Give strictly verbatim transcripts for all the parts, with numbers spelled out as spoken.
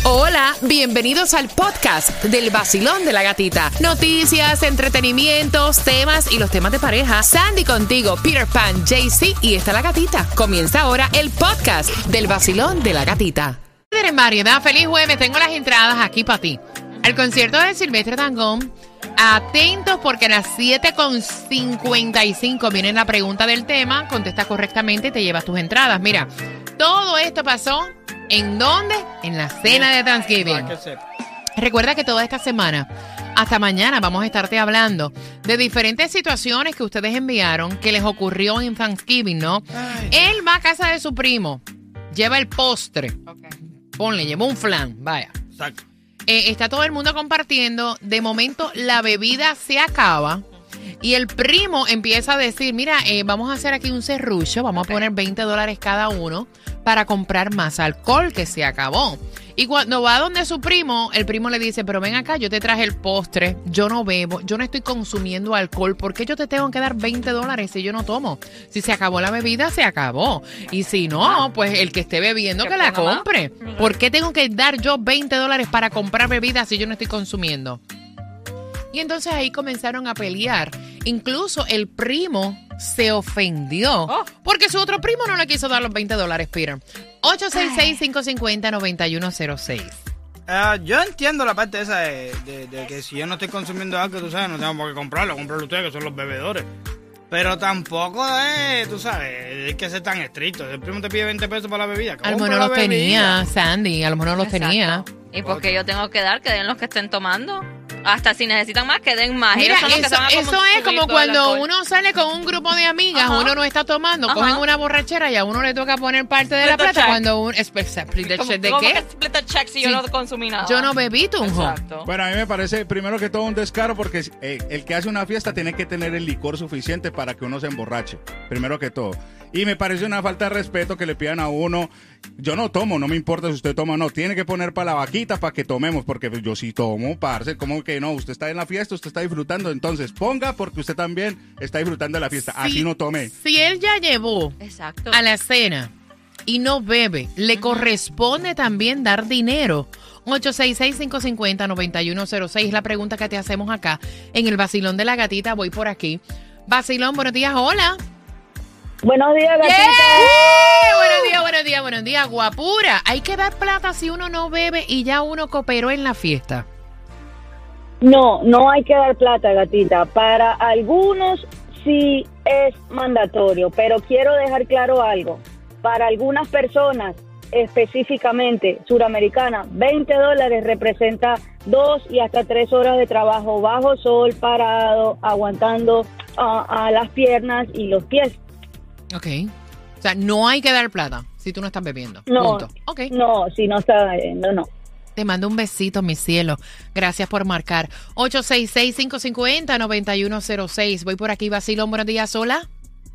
Hola, bienvenidos al podcast del Vacilón de la Gatita. Noticias, entretenimientos, temas y los temas de pareja. Sandy contigo, Peter Pan, J C y está la gatita. Comienza ahora el podcast del Vacilón de la Gatita. En variedad, feliz jueves, tengo las entradas aquí para ti. Al concierto de Silvestre Dangond. Atentos porque a las siete con cincuenta y cinco viene la pregunta del tema. Contesta correctamente y te llevas tus entradas. Mira, todo esto pasó ¿en dónde? En la cena de Thanksgiving. Recuerda que toda esta semana, hasta mañana, vamos a estarte hablando de diferentes situaciones que ustedes enviaron que les ocurrió en Thanksgiving, ¿no? Ay. Él va a casa de su primo, lleva el postre. Okay. Ponle, lleva un flan, vaya. Exacto. Eh, está todo el mundo compartiendo. De momento la bebida se acaba y el primo empieza a decir, mira, eh, vamos a hacer aquí un serrucho, vamos okay. a poner veinte dólares cada uno para comprar más alcohol que se acabó. Y cuando va donde su primo, el primo le dice, pero ven acá, yo te traje el postre, yo no bebo, yo no estoy consumiendo alcohol, ¿por qué yo te tengo que dar veinte dólares si yo no tomo? Si se acabó la bebida, se acabó. Y si no, pues el que esté bebiendo que la compre. ¿Por qué tengo que dar yo veinte dólares para comprar bebida si yo no estoy consumiendo? Y entonces ahí comenzaron a pelear. Incluso el primo se ofendió oh. porque su otro primo no le quiso dar los veinte dólares, Peter. ocho seis seis, cinco cinco cero, nueve uno cero seis. Uh, yo entiendo la parte esa de, de, de que si yo no estoy consumiendo algo, tú sabes, no tengo por qué comprarlo, comprarlo ustedes que son los bebedores. Pero tampoco es, tú sabes, es que ser tan estricto. El primo te pide veinte pesos para la bebida. A lo mejor no los tenía, Sandy, a lo mejor no los Exacto. tenía. ¿Y por qué yo tengo que dar? Que den los que estén tomando. Hasta si necesitan más, que den más. Mira, son los eso, que se van a eso es como cuando uno sale con un grupo de amigas, Ajá. uno no está tomando, Ajá. cogen una borrachera y a uno le toca poner parte de split la plata check. Cuando un... Split the check, ¿de qué? Split the check si sí. yo no consumí nada. Yo no bebí, Tunjo. Exacto. Bueno, a mí me parece, primero que todo, un descaro porque eh, el que hace una fiesta tiene que tener el licor suficiente para que uno se emborrache. Primero que todo. Y me parece una falta de respeto que le pidan a uno. Yo no tomo, no me importa si usted toma o no. Tiene que poner para la vaquita para que tomemos, porque yo sí tomo, parce. ¿Cómo que no? Usted está en la fiesta, usted está disfrutando. Entonces ponga porque usted también está disfrutando de la fiesta. Sí, así no tome. Si él ya llevó Exacto. a la cena y no bebe, le uh-huh. corresponde también dar dinero. ocho seis seis, cinco cinco cero, nueve uno cero seis. La pregunta que te hacemos acá en el Vacilón de la Gatita. Voy por aquí. Vacilón, buenos días, hola. Buenos días, gatita. Yeah. Buenos días, buenos días, buenos días, guapura. Hay que dar plata si uno no bebe y ya uno cooperó en la fiesta. No, no hay que dar plata, gatita. Para algunos sí es mandatorio, pero quiero dejar claro algo. Para algunas personas, específicamente suramericanas, veinte dólares representa dos y hasta tres horas de trabajo bajo sol, parado, aguantando uh, a las piernas y los pies. Ok. O sea, no hay que dar plata si tú no estás bebiendo. No, Punto. Okay. no, si no estás bebiendo, no. Te mando un besito, mi cielo. Gracias por marcar. ocho seis seis, cinco cinco cero, nueve uno cero seis. Voy por aquí, Vacilón. Buenos días, hola.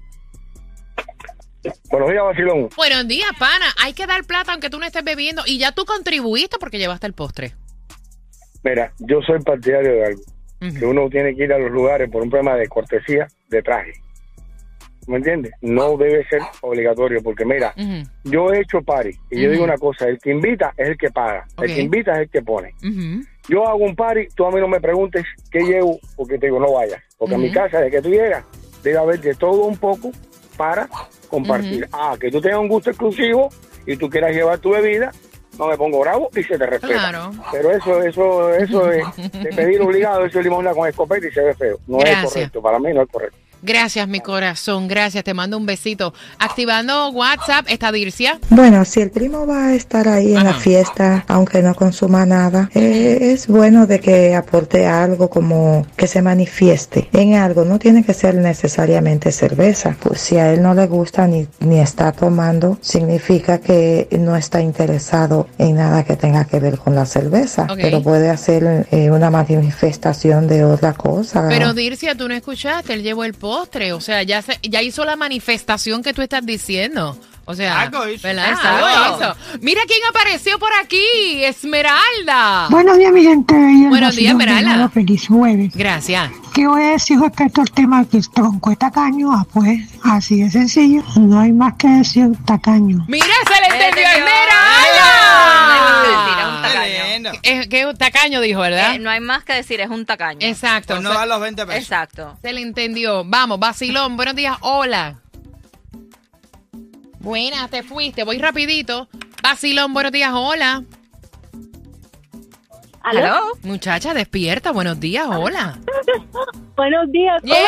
Buenos días, Vacilón. Buenos días, pana. Hay que dar plata aunque tú no estés bebiendo. Y ya tú contribuiste porque llevaste el postre. Mira, yo soy partidario de algo. Uh-huh. Que uno tiene que ir a los lugares por un problema de cortesía, de traje. ¿Me entiendes? No debe ser obligatorio, porque mira, uh-huh. yo he hecho party, y uh-huh. yo digo una cosa, el que invita es el que paga, okay. el que invita es el que pone. Uh-huh. Yo hago un party, tú a mí no me preguntes qué llevo, porque te digo, no vayas, porque uh-huh. en mi casa, desde que tú llegas, debe haber de todo un poco para compartir. Uh-huh. Ah, que tú tengas un gusto exclusivo, y tú quieras llevar tu bebida, no me pongo bravo y se te respeta. Claro. Pero eso, eso, eso de, de pedir obligado, eso es limosna con escopeta y se ve feo. No Gracias. Es correcto, para mí no es correcto. Gracias, mi corazón, gracias, te mando un besito. Activando WhatsApp, está Dircia. Bueno, si el primo va a estar ahí en Ajá. la fiesta, aunque no consuma nada, eh, es bueno de que aporte algo, como que se manifieste en algo. No tiene que ser necesariamente cerveza. Pues si a él no le gusta ni, ni está tomando, significa que no está interesado en nada que tenga que ver con la cerveza. Okay. Pero puede hacer eh, una manifestación de otra cosa. Pero Dircia, tú no escuchaste, él llevó el postre, o sea, ya se, ya hizo la manifestación que tú estás diciendo. O sea, algo hizo. ¿verdad? Algo hizo. Mira quién apareció por aquí, Esmeralda. Buenos días, mi gente bella. Buenos días, Esmeralda. Feliz jueves. Gracias. ¿Qué voy a decir respecto al tema que es tronco de tacaño? Ah, pues, así de sencillo. No hay más que decir tacaño. Mira, se le entendió a Esmeralda. es que es tacaño, dijo, ¿verdad? Eh, no hay más que decir, es un tacaño. Exacto. Pues no da los veinte pesos. Exacto. Se le entendió. Vamos, vacilón, buenos días, hola. Buenas, te fuiste, voy rapidito. Vacilón, buenos días, hola. ¿Aló? Muchacha, despierta, buenos días, hola. Buenos días. ¡Yeah!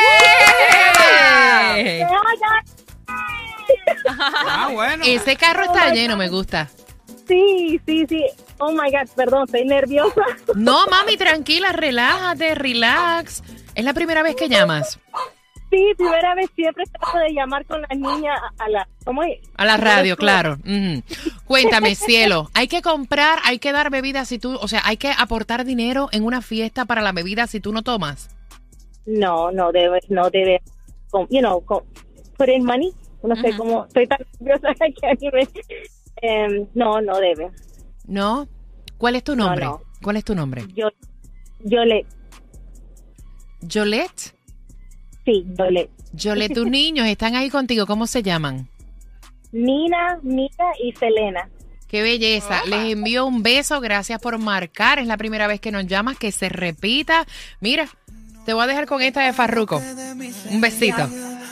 Ah, bueno. Ese carro está lleno, me gusta. Sí, sí, sí. Oh my God, perdón, estoy nerviosa. No, mami, tranquila, relájate, relax. ¿Es la primera vez que llamas? Sí, primera vez, siempre trato de llamar con la niña a la... ¿Cómo es? A la radio, claro. Uh-huh. Cuéntame, cielo, ¿hay que comprar, hay que dar bebidas si tú, o sea, hay que aportar dinero en una fiesta para la bebida si tú no tomas? No, no debe, no debe, com- you know, com- put in money. No sé Ujú. cómo, estoy tan nerviosa que a mí me... em, no, no debe. ¿No? ¿Cuál es tu nombre? No, no. ¿Cuál es tu nombre? Yo, yo le... ¿Yolette? Sí, yo le... Yolette, tus niños están ahí contigo, ¿cómo se llaman? Nina, Mika y Selena. Qué belleza. Les envío un beso, gracias por marcar. Es la primera vez que nos llamas, que se repita. Mira, te voy a dejar con esta de Farruko. Un besito.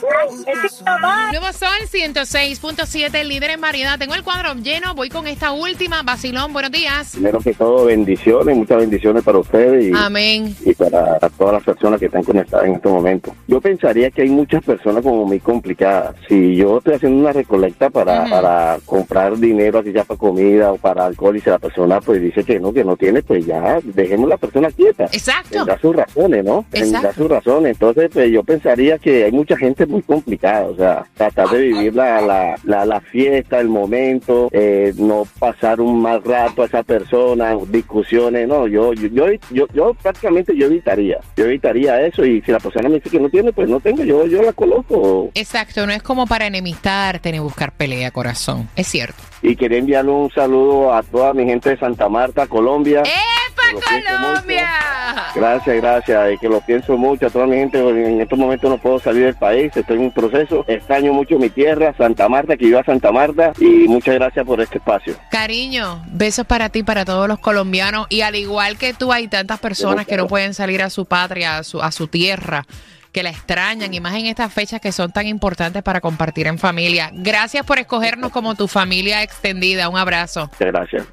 Nuevo Sol ciento seis punto siete, líder en variedad. Tengo el cuadro lleno, voy con esta última. Vacilón, buenos días. Primero que todo, bendiciones, muchas bendiciones para ustedes y, Amén. y para todas las personas que están conectadas en este momento. Yo pensaría que hay muchas personas como muy complicadas. Si yo estoy haciendo una recolecta para, Ujú. para comprar dinero, así ya para comida o para alcohol, y si la persona pues dice que no, que no tiene, pues ya dejemos la persona quieta. Exacto. Tendrá sus razones, ¿no? Tendrá Exacto. sus razones. Entonces, pues yo pensaría que hay mucha gente muy complicada, o sea, tratar de vivir la, la, la, la fiesta, el momento, eh, no pasar un mal rato a esa persona, discusiones, no, yo, yo, yo, yo, yo prácticamente yo evitaría, yo evitaría eso, y si la persona me dice que no tiene, pues no tengo, yo, yo la coloco. Exacto, no es como para enemistarte ni buscar pelea, corazón. Es cierto. Y quería enviarle un saludo a toda mi gente de Santa Marta, Colombia. ¡Epa, Lo pienso Colombia! Gracias, gracias, y que lo pienso mucho a toda mi gente. En estos momentos no puedo salir del país, estoy en un proceso, extraño mucho mi tierra, Santa Marta, que viva Santa Marta, y muchas gracias por este espacio. Cariño, besos para ti, para todos los colombianos. Y al igual que tú, hay tantas personas que no pueden salir a su patria, a su, a su tierra, que la extrañan, y más en estas fechas que son tan importantes para compartir en familia. Gracias por escogernos como tu familia extendida. Un abrazo. Muchas gracias.